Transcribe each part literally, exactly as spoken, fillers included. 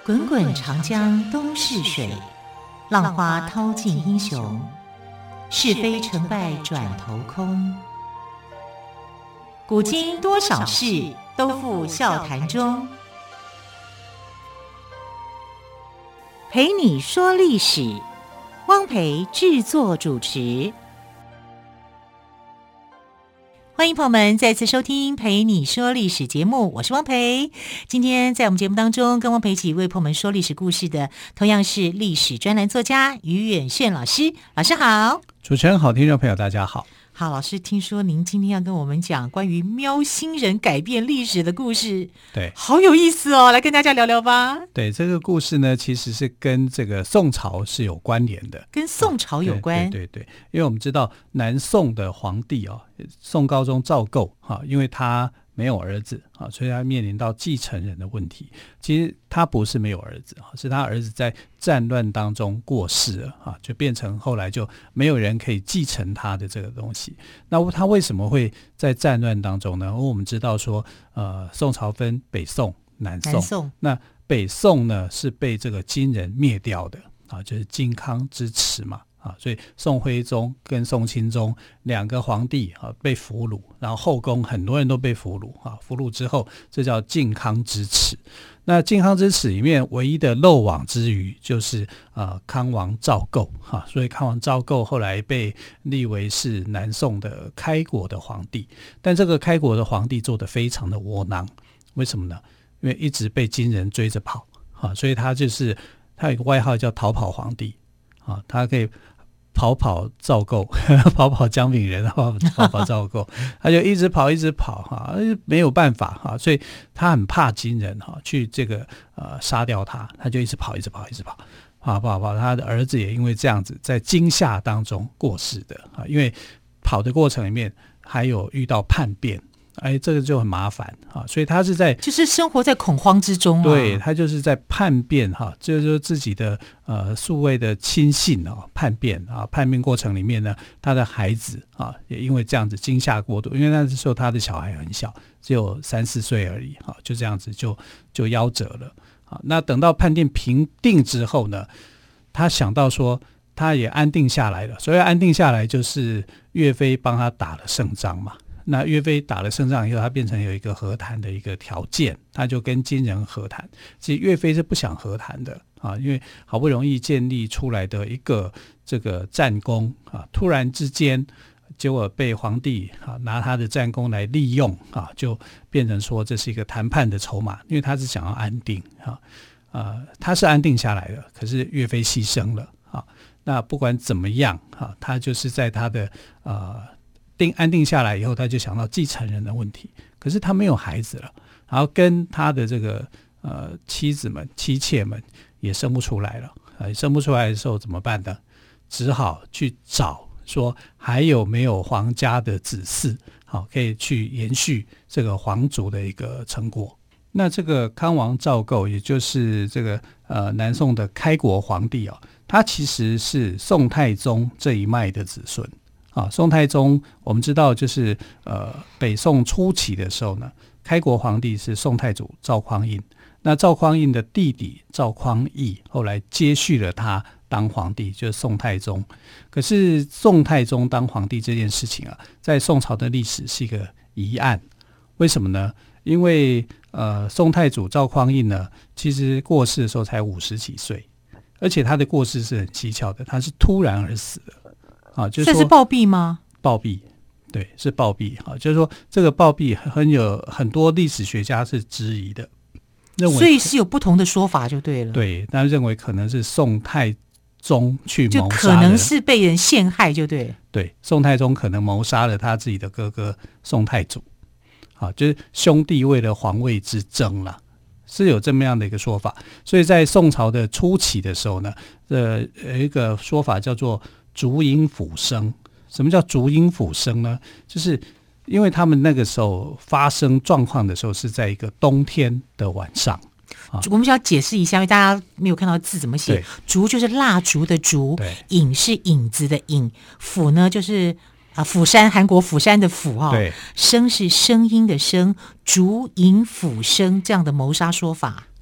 滚滚长江东逝水，浪花淘尽英雄。是非成败转头空。古今多少事，都付笑谈中。陪你说历史，汪培制作主持。欢迎朋友们再次收听陪你说历史节目，我是汪培。今天在我们节目当中跟汪培一起为朋友们说历史故事的，同样是历史专栏作家于远炫老师。老师好。 主持人好，听众朋友大家好。 好，老师，听说您今天要跟我们讲关于喵星人改变历史的故事， 对， 好有意思哦，来跟大家聊聊吧。 对，这个故事呢，其实是跟这个宋朝是有关联的， 跟宋朝有关。 啊、对, 对对对，因为我们知道南宋的皇帝哦，宋高宗赵构哈、啊，因为他没有儿子啊，所以他面临到继承人的问题。其实他不是没有儿子，是他儿子在战乱当中过世了啊，就变成后来就没有人可以继承他的这个东西。那他为什么会在战乱当中呢？因为我们知道说，呃，宋朝分北宋、南宋。 南宋那北宋呢是被这个金人灭掉的啊，就是靖康之耻嘛。啊，所以宋徽宗跟宋钦宗两个皇帝啊被俘虏，然后后宫很多人都被俘虏啊，俘虏之后，这叫靖康之耻。那靖康之耻里面唯一的漏网之鱼就是呃康王赵构哈、啊，所以康王赵构后来被立为是南宋的开国的皇帝，但这个开国的皇帝做得非常的窝囊，为什么呢？因为一直被金人追着跑啊，所以他就是他有一个外号叫逃跑皇帝啊，他可以跑跑赵构，跑跑姜饼人，跑跑赵构，他就一直跑一直跑哈，没有办法哈，所以他很怕金人哈去这个呃杀掉他，他就一直跑一直跑一直跑，跑跑跑，他的儿子也因为这样子在惊吓当中过世的啊，因为跑的过程里面还有遇到叛变。哎，这个就很麻烦啊，所以他是在就是生活在恐慌之中啊。 对，他就是在叛变哈，就是说自己的呃数位的亲信啊叛变啊，叛变过程里面呢，他的孩子啊也因为这样子惊吓过度，因为那时候他的小孩很小，只有三四岁而已哈，就这样子就就夭折了啊。那等到叛变平定之后呢，他想到说他也安定下来了，所以安定下来就是岳飞帮他打了胜仗嘛。那岳飞打了胜仗以后，他变成有一个和谈的一个条件，他就跟金人和谈。其实岳飞是不想和谈的啊，因为好不容易建立出来的一个这个战功啊，突然之间结果被皇帝啊拿他的战功来利用啊，就变成说这是一个谈判的筹码，因为他是想要安定啊，呃，他是安定下来的，可是岳飞牺牲了啊。那不管怎么样啊，他就是在他的呃。定安定下来以后，他就想到继承人的问题，可是他没有孩子了，然后跟他的这个呃妻子们、妻妾们也生不出来了，呃，生不出来的时候怎么办呢？只好去找说还有没有皇家的子嗣，好可以去延续这个皇族的一个成果。那这个康王赵构，也就是这个呃南宋的开国皇帝啊，他其实是宋太宗这一脉的子孙。啊，宋太宗我们知道就是呃北宋初期的时候呢，开国皇帝是宋太祖赵匡胤，那赵匡胤的弟弟赵匡义后来接续了他当皇帝，就是宋太宗。可是宋太宗当皇帝这件事情啊，在宋朝的历史是一个疑案，为什么呢？因为呃宋太祖赵匡胤呢，其实过世的时候才五十几岁，而且他的过世是很蹊跷的，他是突然而死的。啊，就是这是暴毙吗？ 暴毙，对，是暴毙。啊，就是说这个暴毙很有很多历史学家是质疑的，认为所以是有不同的说法就对了。 对，他认为可能是宋太宗去谋杀了， 就可能是被人陷害就对了。 对，宋太宗可能谋杀了他自己的哥哥宋太祖，啊，就是兄弟为了皇位之争啦。是有这么样的一个说法，所以在宋朝的初期的时候呢，呃，有一个说法叫做烛影斧声。什么叫烛影斧声呢？就是因为他们那个时候发生状况的时候是在一个冬天的晚上。 啊、我们需要解释一下，因为大家没有看到字怎么写。烛就是蜡烛的烛，影是影子的影，斧呢就是啊，釜山，韩国釜山的釜哈、哦，声是声音的声，烛影斧声这样的谋杀说法。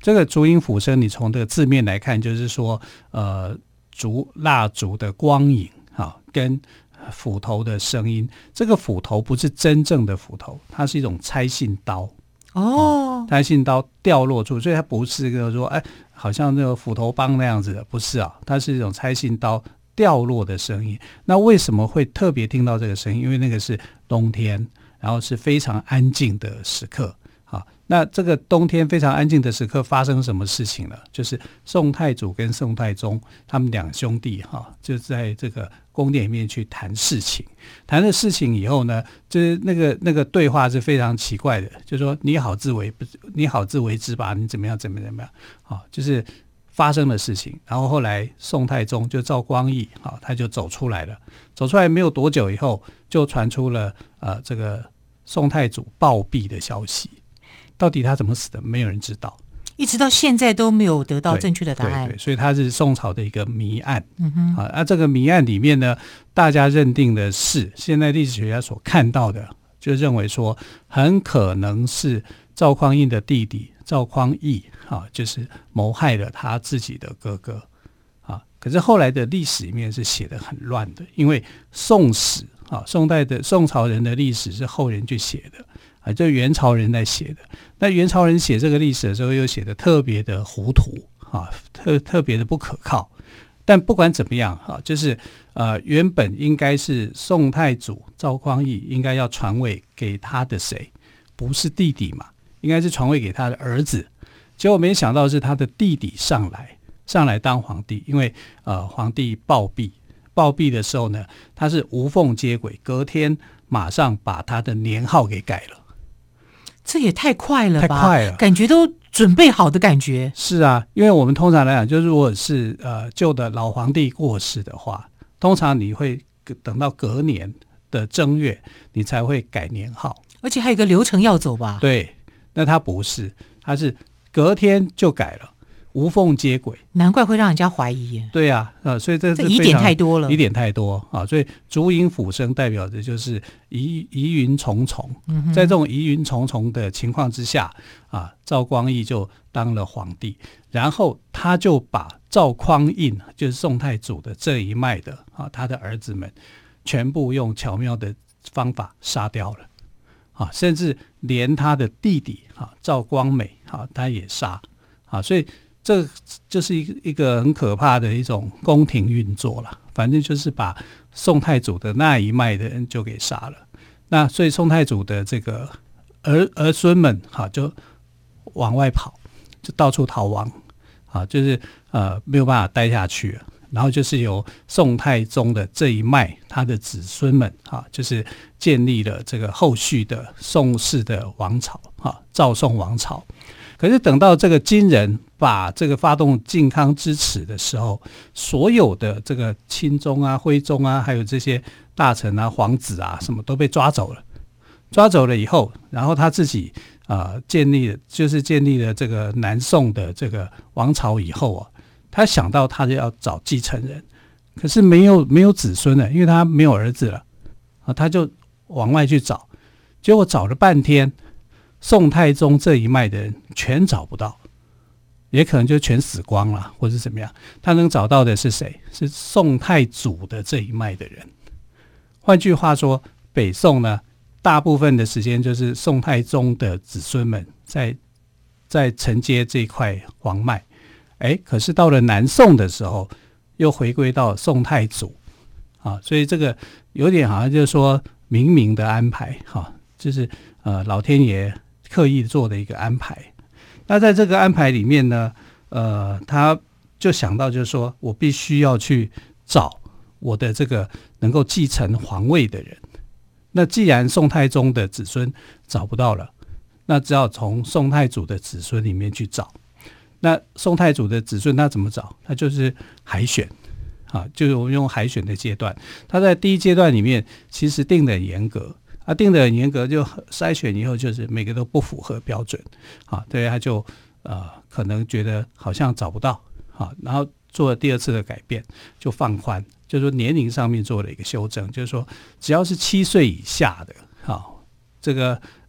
这个烛影斧声，你从这个字面来看，就是说，呃，烛蜡烛的光影啊，跟斧头的声音。这个斧头不是真正的斧头，它是一种拆信刀。 哦， 拆信刀掉落处，所以它不是一个说，哎，好像那个斧头帮那样子的，不是啊，它是一种拆信刀掉落的声音。那为什么会特别听到这个声音？因为那个是冬天，然后是非常安静的时刻。好，那这个冬天非常安静的时刻发生什么事情呢？就是宋太祖跟宋太宗他们两兄弟哈，就在这个宫殿里面去谈事情。谈了事情以后呢，就是那个那个对话是非常奇怪的，就是说你好自为你好自为之吧，你怎么样怎么样怎么样，好，就是发生的事情。然后后来宋太宗就赵光义好，他就走出来了，走出来没有多久以后，就传出了呃这个宋太祖暴毙的消息。到底他怎么死的，没有人知道， 一直到现在都没有得到正确的答案。 对对对，所以它是宋朝的一个谜案。 嗯哼， 啊，那这个谜案里面呢，大家认定的是，现在历史学家所看到的，就认为说，很可能是赵匡胤的弟弟赵匡胤啊，就是谋害了他自己的哥哥啊。可是后来的历史里面是写得很乱的，因为宋史啊，宋代的宋朝人的历史是后人去写的。啊，这元朝人在写的，那元朝人写这个历史的时候，又写的特别的糊涂啊，特特别的不可靠。但不管怎么样啊，就是呃，原本应该是宋太祖赵匡胤应该要传位给他的谁，不是弟弟嘛，应该是传位给他的儿子。结果没想到是他的弟弟上来，上来当皇帝，因为呃，皇帝暴毙，暴毙的时候呢，他是无缝接轨，隔天马上把他的年号给改了。 这也太快了吧！ 太快了， 感觉都准备好的感觉。 是啊，因为我们通常来讲，就是如果是呃旧的老皇帝过世的话，通常你会等到隔年的正月，你才会改年号， 而且还有一个流程要走吧？ 对，那他不是，他是隔天就改了，无缝接轨， 难怪会让人家怀疑耶。 对啊，呃，所以这这疑点太多了， 疑点太多啊，所以烛影斧声代表的就是疑疑云重重。嗯、在这种疑云重重的情况之下啊，赵光义就当了皇帝，然后他就把赵匡胤，就是宋太祖的这一脉的啊，他的儿子们全部用巧妙的方法杀掉了啊，甚至连他的弟弟啊赵光美啊，他也杀啊，所以。这就是一个一个很可怕的一种宫廷运作了，反正就是把宋太祖的那一脉的人就给杀了。那所以宋太祖的这个儿儿孙们哈就往外跑，就到处逃亡啊，就是呃没有办法待下去了。然后就是由宋太宗的这一脉，他的子孙们啊，就是建立了这个后续的宋氏的王朝啊，赵宋王朝。可是等到这个金人把这个发动靖康之耻的时候，所有的这个钦宗啊、徽宗啊，还有这些大臣啊、皇子啊，什么都被抓走了。抓走了以后，然后他自己啊、呃、建立了，就是建立了这个南宋的这个王朝以后啊，他想到他就要找继承人，可是没有没有子孙了，因为他没有儿子了啊，他就往外去找，结果找了半天。宋太宗这一脉的人全找不到，也可能就全死光了，或是怎么样。他能找到的是谁？是宋太祖的这一脉的人。换句话说，北宋呢，大部分的时间就是宋太宗的子孙们在在承接这块皇脉。哎，可是到了南宋的时候，又回归到宋太祖啊，所以这个有点好像就是说冥冥的安排哈、啊，就是呃老天爷。刻意做的一个安排，那在这个安排里面呢，呃，他就想到就是说我必须要去找我的这个能够继承皇位的人。那既然宋太宗的子孙找不到了，那只好从宋太祖的子孙里面去找。那宋太祖的子孙他怎么找？他就是海选啊，就是我们用海选的阶段。他在第一阶段里面其实定得很严格。啊，定得很严格，就筛选以后，就是每个都不符合标准，啊，对，他就呃可能觉得好像找不到，啊，然后做了第二次的改变，就放宽，就是说年龄上面做了一个修正，就是说只要是七岁以下的，啊，这个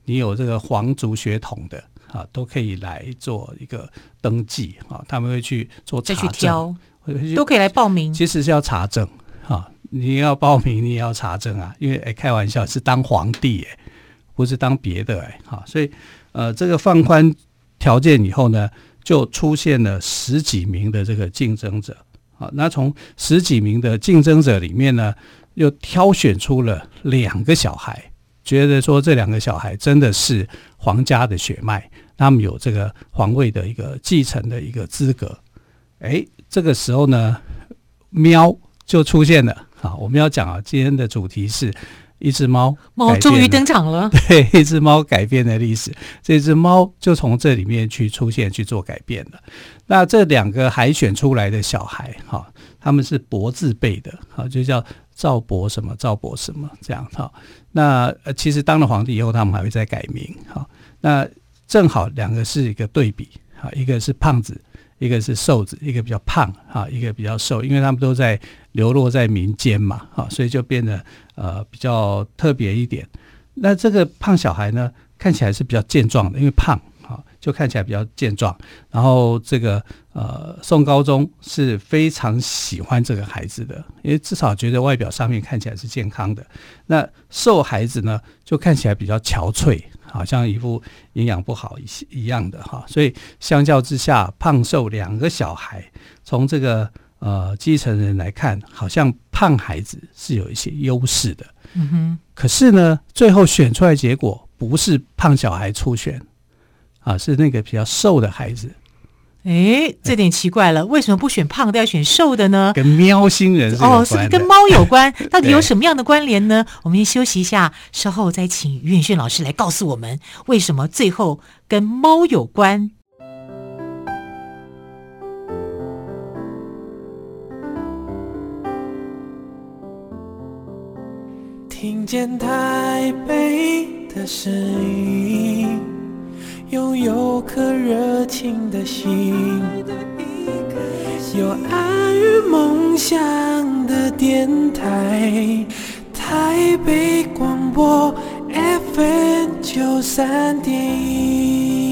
你有这个皇族血统的啊，都可以来做一个登记啊，他们会去做查证， 再去挑，都可以来报名。 其实是要查证啊，你要报名，你也要查证啊，因为哎，开玩笑是当皇帝哎，不是当别的哎，好，所以呃，这个放宽条件以后呢，就出现了十几名的这个竞争者。好，那从十几名的竞争者里面呢，又挑选出了两个小孩，觉得说这两个小孩真的是皇家的血脉，他们有这个皇位的一个继承的一个资格。哎，这个时候呢，喵就出现了。好，我们要讲啊，今天的主题是一只猫， 猫终于登场了。 对，一只猫改变了历史，这只猫就从这里面去出现去做改变了。那这两个海选出来的小孩，哈，他们是伯字辈的，哈，就叫赵伯什么赵伯什么这样哈。那呃，其实当了皇帝以后，他们还会再改名，哈。那正好两个是一个对比，哈，一个是胖子，一个是瘦子，一个比较胖，哈，一个比较瘦，因为他们都在流落在民间嘛，哈，所以就变得呃比较特别一点。那这个胖小孩呢，看起来是比较健壮的，因为胖。就看起来比较健壮，然后这个呃宋高宗是非常喜欢这个孩子的，因为至少觉得外表上面看起来是健康的。那瘦孩子呢，就看起来比较憔悴，好像一副营养不好一样的哈。所以相较之下，胖瘦两个小孩，从这个呃继承人来看，好像胖孩子是有一些优势的。 嗯哼。可是呢，最后选出来结果不是胖小孩初选。啊，是那个比较瘦的孩子。 哎，这点奇怪了，为什么不选胖的，要选瘦的呢？ 跟喵星人是有关的。 哦，是跟猫有关，到底有什么样的关联呢？我们先休息一下，稍后再请于远炫老师来告诉我们，为什么最后跟猫有关。 听见台北的声音，拥有颗热情的心，有爱与梦想的电台，台北广播 F M 九三点一。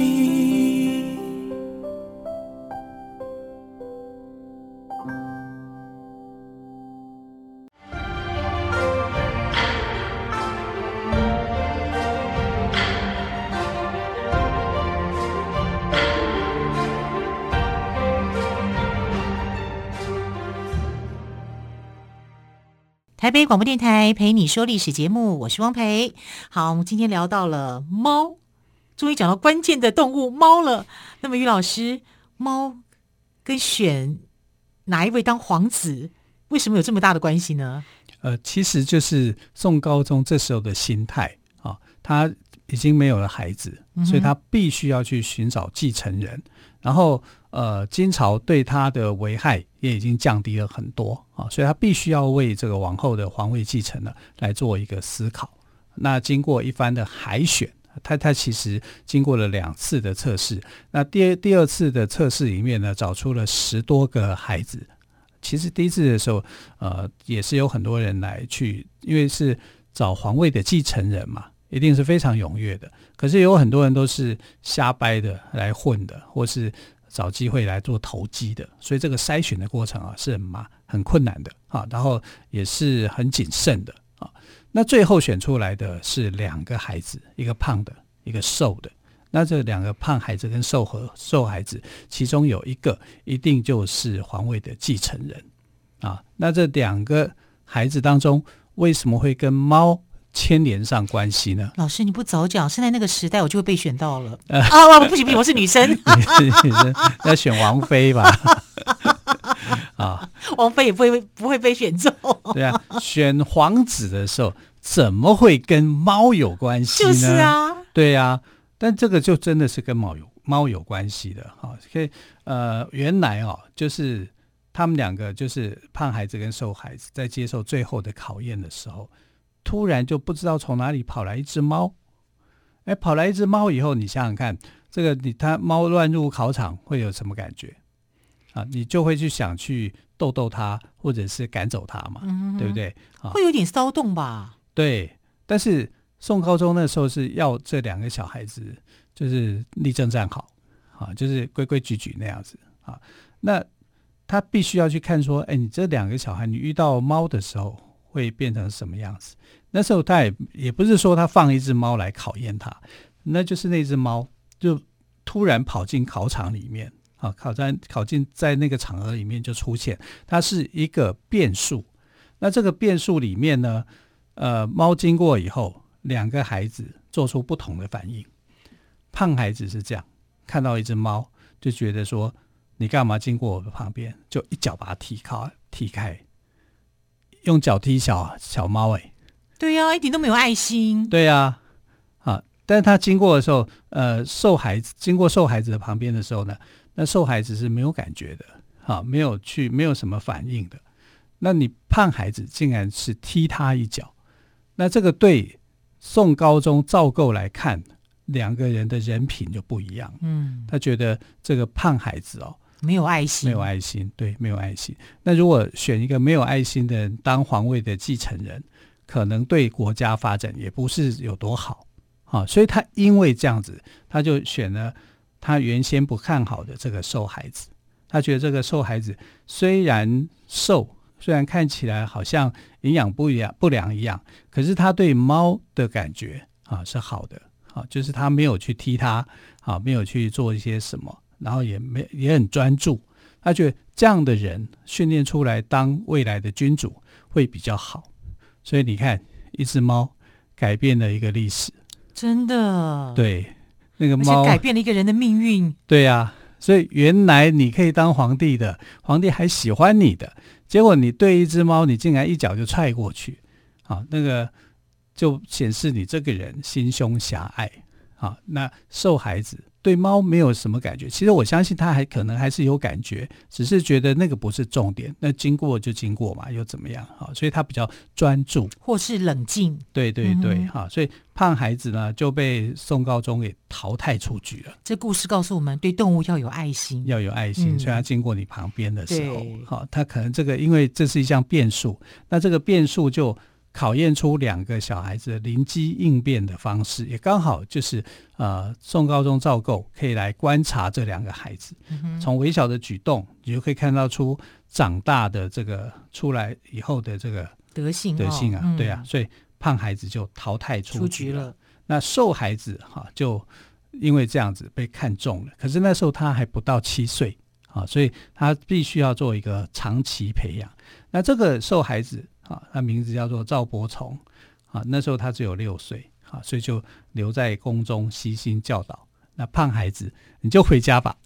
台北广播电台陪你说历史节目，我是汪培。好，我们今天聊到了猫，终于讲到关键的动物猫了。那么于老师，猫跟选哪一位当皇子，为什么有这么大的关系呢？ 呃，其实就是宋高宗这时候的心态啊，他已经没有了孩子，所以他必须要去寻找继承人。然后呃，金朝对他的危害也已经降低了很多啊，所以他必须要为这个往后的皇位继承呢来做一个思考。那经过一番的海选，他他其实经过了两次的测试。那第第二次的测试里面呢，找出了十多个孩子。其实第一次的时候，呃，也是有很多人来去，因为是找皇位的继承人嘛。一定是非常踊跃的，可是有很多人都是瞎掰的来混的，或是找机会来做投机的，所以这个筛选的过程啊是很麻很困难的啊，然后也是很谨慎的啊。那最后选出来的是两个孩子，一个胖的，一个瘦的。那这两个胖孩子跟瘦和瘦孩子，其中有一个一定就是皇位的继承人啊。那这两个孩子当中，为什么会跟猫牵连上关系呢？ 老师，你不早讲，现在那个时代我就会被选到了。呃、啊，不行不行，我是女生， 你是女生，要选王妃吧？啊， 王妃也不会不会被选中。 对啊，选皇子的时候怎么会跟猫有关系呢？ 就是啊， 对啊，但这个就真的是跟猫有猫有关系的哈。所以呃，原来哦，就是他们两个就是胖孩子跟瘦孩子在接受最后的考验的时候。突然就不知道从哪里跑来一只猫，哎，跑来一只猫以后，你想想看，这个你它猫乱入考场会有什么感觉啊？你就会去想去逗逗它，或者是赶走它嘛，嗯、对不对？ 啊、会有点骚动吧？ 对，但是宋高宗那时候是要这两个小孩子就是立正站好啊，就是规规矩矩那样子啊。那他必须要去看说，哎，你这两个小孩，你遇到猫的时候会变成什么样子？那时候他也也不是说他放一只猫来考验他，那就是那只猫就突然跑进考场里面啊，考在考进在那个场合里面就出现，它是一个变数。那这个变数里面呢，呃，猫经过以后，两个孩子做出不同的反应。胖孩子是这样，看到一只猫就觉得说，你干嘛经过我的旁边？就一脚把它踢开，踢开，用脚踢小小猫、欸，哎， 对呀、啊，一点都没有爱心。 对呀、啊，啊，但是他经过的时候，呃，瘦孩子经过瘦孩子的旁边的时候呢，那瘦孩子是没有感觉的，啊，没有去，没有什么反应的。那你胖孩子竟然是踢他一脚，那这个对宋高宗赵构来看，两个人的人品就不一样。 嗯， 他觉得这个胖孩子哦， 没有爱心， 没有爱心，对，没有爱心。那如果选一个没有爱心的人当皇位的继承人，可能对国家发展也不是有多好啊。所以他因为这样子，他就选了他原先不看好的这个瘦孩子。他觉得这个瘦孩子虽然瘦，虽然看起来好像营养不良不良一样，可是他对猫的感觉啊是好的啊，就是他没有去踢他啊，没有去做一些什么，然后也没也很专注。他觉得这样的人训练出来当未来的君主会比较好。所以你看，一只猫改变了一个历史， 真的， 对，那个猫而且改变了一个人的命运。 对啊，所以原来你可以当皇帝的，皇帝还喜欢你的，结果你对一只猫，你竟然一脚就踹过去，啊，那个就显示你这个人心胸狭隘啊。那瘦孩子对猫没有什么感觉，其实我相信他还可能还是有感觉，只是觉得那个不是重点，那经过就经过嘛，又怎么样啊？所以他比较专注， 或是冷静。 对对对， 嗯哈、所以胖孩子呢就被宋高宗给淘汰出局了。 这故事告诉我们，对动物要有爱心， 要有爱心， 嗯所以他经过你旁边的时候对， 好、他可能这个因为这是一项变数，那这个变数就考验出两个小孩子的灵机应变的方式，也刚好就是呃宋高宗赵构可以来观察这两个孩子， 嗯从微小的举动，你就可以看到出长大的这个出来以后的这个德性、哦、 德性啊， 嗯、 对啊，所以胖孩子就淘汰出出局了。 局了。 那瘦孩子哈、啊、就因为这样子被看中了，可是那时候他还不到七岁啊，所以他必须要做一个长期培养。那这个瘦孩子啊，他名字叫做赵伯崇啊，那时候他只有六岁啊，所以就留在宫中悉心教导。那胖孩子你就回家吧，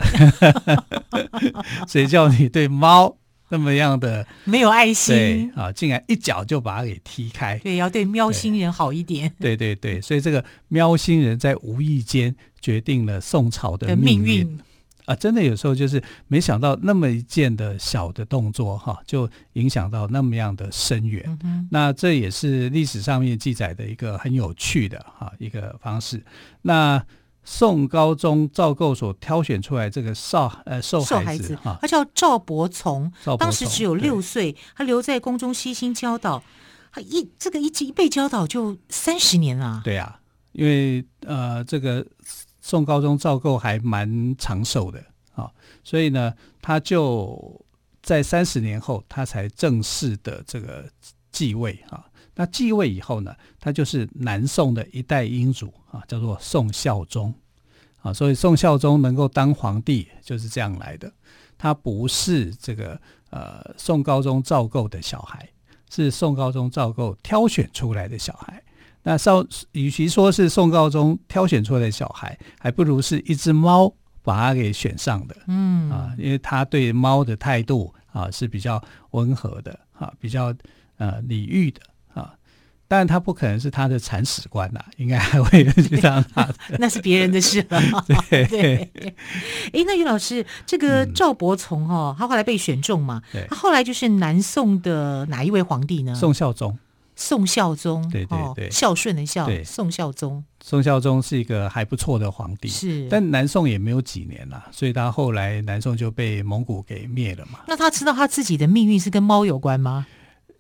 谁叫你对猫那么样的没有爱对心啊，竟然一脚就把它给踢开。 对，要对喵星人好一点。 对对对，所以这个喵星人在无意间决定了宋朝的命运的命运啊！真的有时候就是没想到那么一件的小的动作哈，就影响到那么样的深远。 嗯哼， 那这也是历史上面记载的一个很有趣的哈一个方式。那宋高宗赵构所挑选出来这个少呃瘦瘦孩子哈， 他叫赵伯从， 赵伯从当时只有六岁，他留在宫中悉心教导，他一这个一一被教导就三十年了。 对啊，因为呃这个宋高宗赵构还蛮长寿的啊，所以呢他就在三十年后他才正式的这个继位啊。那继位以后呢，他就是南宋的一代英主啊，叫做宋孝宗啊。所以宋孝宗能够当皇帝就是这样来的，他不是这个呃宋高宗赵构的小孩，是宋高宗赵构挑选出来的小孩。那少与其说是宋高宗挑选出来的小孩，还不如是一只猫把他给选上的。 嗯啊，因为他对猫的态度啊是比较温和的啊，比较呃礼遇的。当然他不可能是他的铲屎官啦、啊，应该还会去当他的那是别人的事了。 对对，哎，那于老师，这个赵伯从哦，他后来被选中嘛，他后来就是南宋的哪一位皇帝呢？ 宋孝宗。 宋孝宗， 对对对， 哦、孝顺的孝， 对， 宋孝宗。 宋孝宗是一个还不错的皇帝， 是， 但南宋也没有几年啦，所以他后来南宋就被蒙古给灭了嘛。 那他知道他自己的命运是跟猫有关吗？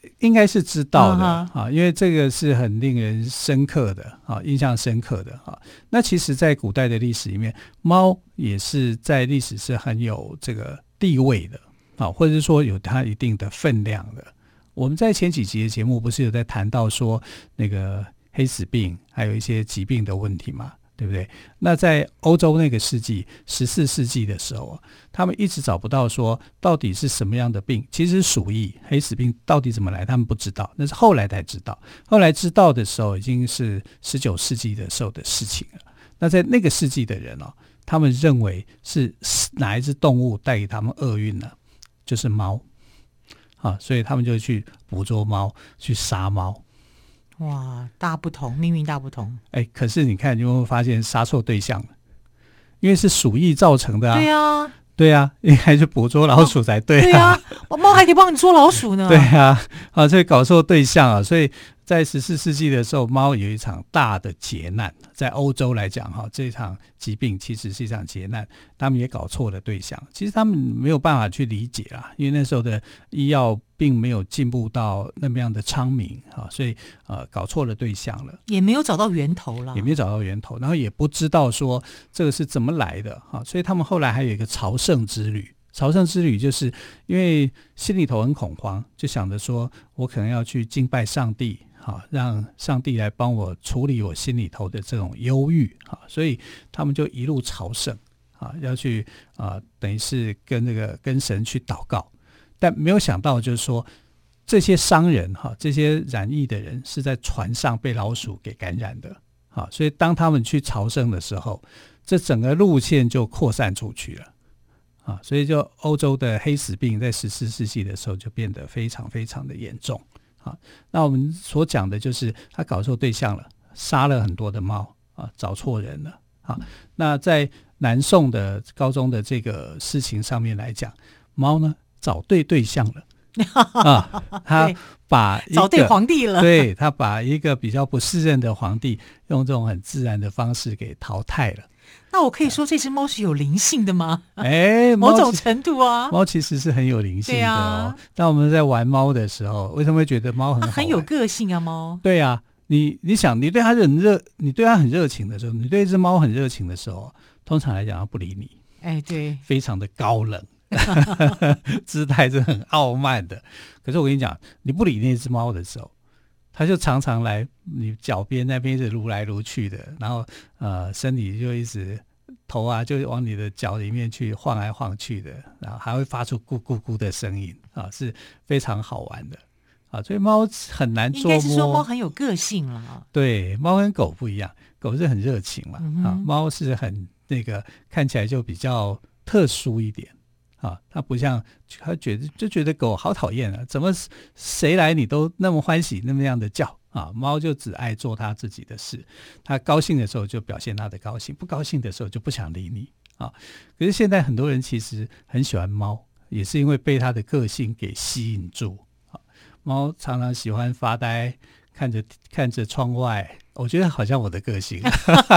应该是知道的、 嗯、 啊，因为这个是很令人深刻的啊，印象深刻的啊。那其实在古代的历史里面，猫也是在历史是很有这个地位的啊，或者是说有它一定的分量的。我们在前几集的节目不是有在谈到说那个黑死病还有一些疾病的问题嘛，对不对？那在欧洲那个世纪十四世纪的时候，他们一直找不到说到底是什么样的病，其实鼠疫黑死病到底怎么来他们不知道，那是后来才知道，后来知道的时候已经是十九世纪的时候的事情了。那在那个世纪的人哦，他们认为是哪一只动物带给他们厄运呢？就是猫啊，所以他们就去捕捉猫，去杀猫。 哇，大不同，命运大不同。 哎，可是你看，你有没有发现杀错对象了？因为是鼠疫造成的啊。 对啊， 对啊，应该是捕捉老鼠才对啊。 对啊，猫还可以帮你捉老鼠呢。 对啊，啊，所以搞错对象啊，所以在十四世纪的时候，猫有一场大的劫难，在欧洲来讲哈，这场疾病其实是一场劫难，他们也搞错了对象。其实他们没有办法去理解啦，因为那时候的医药并没有进步到那么样的昌明啊，所以呃搞错了对象了， 也没有找到源头了， 也没有找到源头，然后也不知道说这个是怎么来的啊，所以他们后来还有一个朝圣之旅。朝圣之旅就是因为心里头很恐慌，就想着说我可能要去敬拜上帝，好，让上帝来帮我处理我心里头的这种忧郁，好，所以他们就一路朝圣啊，要去啊，等于是跟这个跟神去祷告，但没有想到就是说这些商人哈，这些染疫的人是在船上被老鼠给感染的，好，所以当他们去朝圣的时候，这整个路线就扩散出去了。啊，所以就欧洲的黑死病在十四世纪的时候就变得非常非常的严重啊。那我们所讲的就是他搞错对象了，杀了很多的猫啊，找错人了啊。那在南宋的高中的这个事情上面来讲，猫呢找对对象了啊，他把一个找对皇帝了， 对，他把一个比较不适任的皇帝用这种很自然的方式给淘汰了。 那我可以说这只猫是有灵性的吗？ 哎， 某种程度啊， 猫其实是很有灵性的哦。 啊、 当我们在玩猫的时候，为什么会觉得猫很好玩？ 很有个性啊，猫。 对啊，你你想，你对它很热，你对它很热情的时候，你对一只猫很热情的时候，通常来讲它不理你。 哎，对， 非常的高冷，姿态是很傲慢的。可是我跟你讲，你不理那只猫的时候，它就常常来你脚边那边一直撸来撸去的，然后呃身体就一直头啊就往你的脚里面去晃来晃去的，然后还会发出咕咕咕的声音啊，是非常好玩的啊。所以猫很难捉摸， 应该是说猫很有个性了。对， 猫跟狗不一样，狗是很热情嘛，嗯、啊，猫是很那个看起来就比较特殊一点。啊，他不像他觉得就觉得狗好讨厌啊，怎么谁来你都那么欢喜那么样的叫啊？猫就只爱做他自己的事，他高兴的时候就表现他的高兴，不高兴的时候就不想理你啊。可是现在很多人其实很喜欢猫，也是因为被他的个性给吸引住啊。猫常常喜欢发呆，看着看着窗外，我觉得好像我的个性。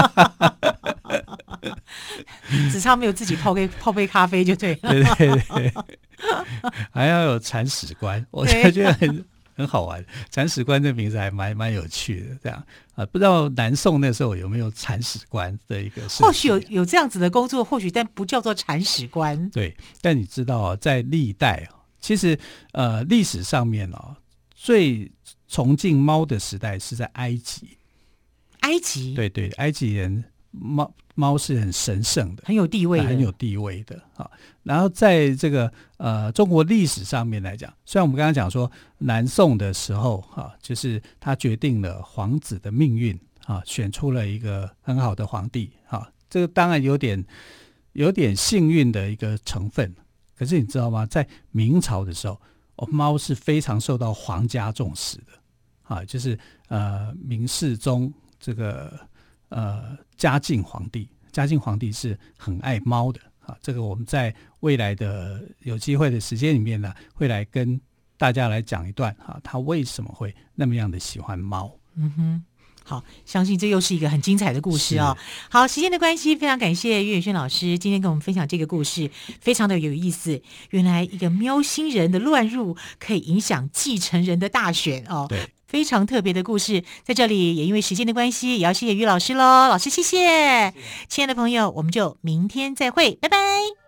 只差没有自己泡杯泡杯咖啡就对了。 对对对，还要有铲屎官，我就觉得很很好玩。铲屎官这名字还蛮蛮有趣的，这样啊，不知道南宋那时候有没有铲屎官的一个事情？ 或许有有这样子的工作，或许但不叫做铲屎官。 对，但你知道、哦、在历代、哦、其实呃历史上面哦，最崇敬猫的时代是在埃及。 埃及？对对，埃及人。猫猫是很神圣的， 很有地位的， 很有地位的啊。然后在这个呃中国历史上面来讲，虽然我们刚刚讲说南宋的时候啊，就是他决定了皇子的命运啊，选出了一个很好的皇帝啊，这个当然有点有点幸运的一个成分。可是你知道吗？在明朝的时候，哦，猫是非常受到皇家重视的啊，就是呃明世宗这个。呃，嘉靖皇帝，嘉靖皇帝是很爱猫的啊。这个我们在未来的有机会的时间里面呢，会来跟大家来讲一段啊，他为什么会那么样的喜欢猫。 嗯哼， 好，相信这又是一个很精彩的故事哦。好，时间的关系，非常感谢岳远轩老师今天跟我们分享这个故事，非常的有意思。原来一个喵星人的乱入可以影响继承人的大选哦， 对， 非常特别的故事。在这里也因为时间的关系，也要谢谢于老师喽，老师谢谢。亲爱的朋友，我们就明天再会，拜拜。